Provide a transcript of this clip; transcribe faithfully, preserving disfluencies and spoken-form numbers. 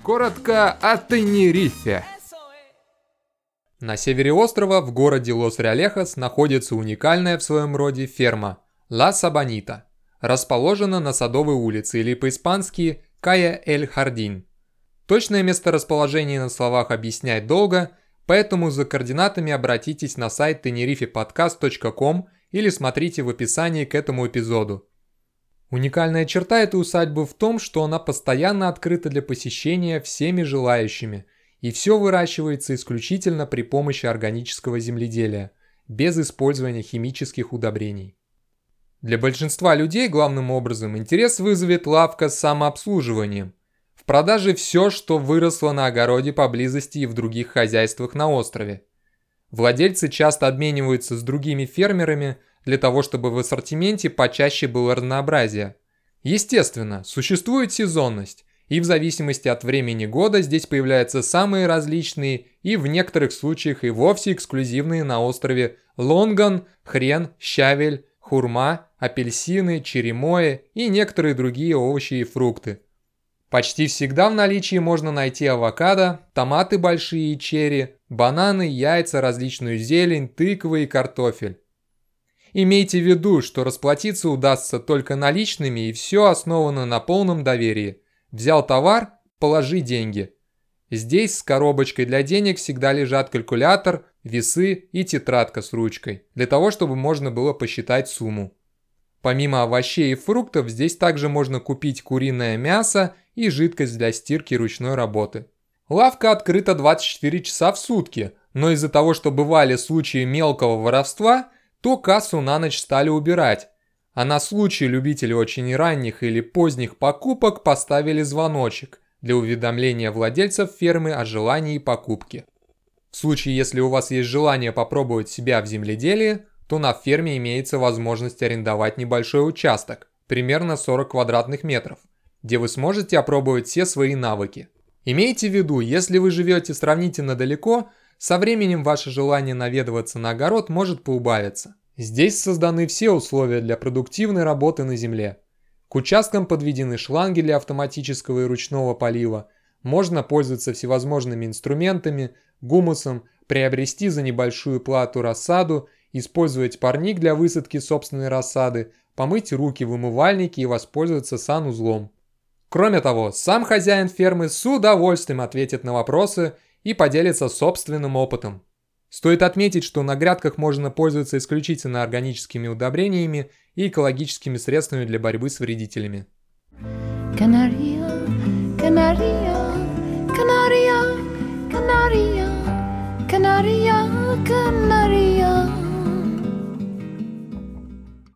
Коротко о Тенерифе. На севере острова, в городе Лос-Реалехос, находится уникальная в своем роде ферма Ла Сабанита. Расположена на Садовой улице, или по-испански Кая эль Хардин. Точное месторасположение на словах объяснять долго, поэтому за координатами обратитесь на сайт тенерифе подкаст точка ком или смотрите в описании к этому эпизоду. Уникальная черта этой усадьбы в том, что она постоянно открыта для посещения всеми желающими, и все выращивается исключительно при помощи органического земледелия, без использования химических удобрений. Для большинства людей главным образом интерес вызовет лавка с самообслуживанием. В продаже все, что выросло на огороде поблизости и в других хозяйствах на острове. Владельцы часто обмениваются с другими фермерами для того, чтобы в ассортименте почаще было разнообразие. Естественно, существует сезонность, и в зависимости от времени года здесь появляются самые различные и в некоторых случаях и вовсе эксклюзивные на острове лонган, хрен, щавель, хурма, апельсины, черемои и некоторые другие овощи и фрукты. Почти всегда в наличии можно найти авокадо, томаты большие и черри, бананы, яйца, различную зелень, тыквы и картофель. Имейте в виду, что расплатиться удастся только наличными, и все основано на полном доверии. Взял товар – положи деньги. Здесь с коробочкой для денег всегда лежат калькулятор, весы и тетрадка с ручкой, для того, чтобы можно было посчитать сумму. Помимо овощей и фруктов, здесь также можно купить куриное мясо и жидкость для стирки ручной работы. Лавка открыта двадцать четыре часа в сутки, но из-за того, что бывали случаи мелкого воровства, то кассу на ночь стали убирать, а на случай любителей очень ранних или поздних покупок поставили звоночек для уведомления владельцев фермы о желании покупки. В случае, если у вас есть желание попробовать себя в земледелии, то на ферме имеется возможность арендовать небольшой участок, примерно сорок квадратных метров, где вы сможете опробовать все свои навыки. Имейте в виду, если вы живете сравнительно далеко, со временем ваше желание наведываться на огород может поубавиться. Здесь созданы все условия для продуктивной работы на земле. К участкам подведены шланги для автоматического и ручного полива, можно пользоваться всевозможными инструментами, гумусом, приобрести за небольшую плату рассаду, использовать парник для высадки собственной рассады, помыть руки в умывальнике и воспользоваться санузлом. Кроме того, сам хозяин фермы с удовольствием ответит на вопросы и поделится собственным опытом. Стоит отметить, что на грядках можно пользоваться исключительно органическими удобрениями и экологическими средствами для борьбы с вредителями. Канария, Канария, Канария, Канария, Канария, Канария.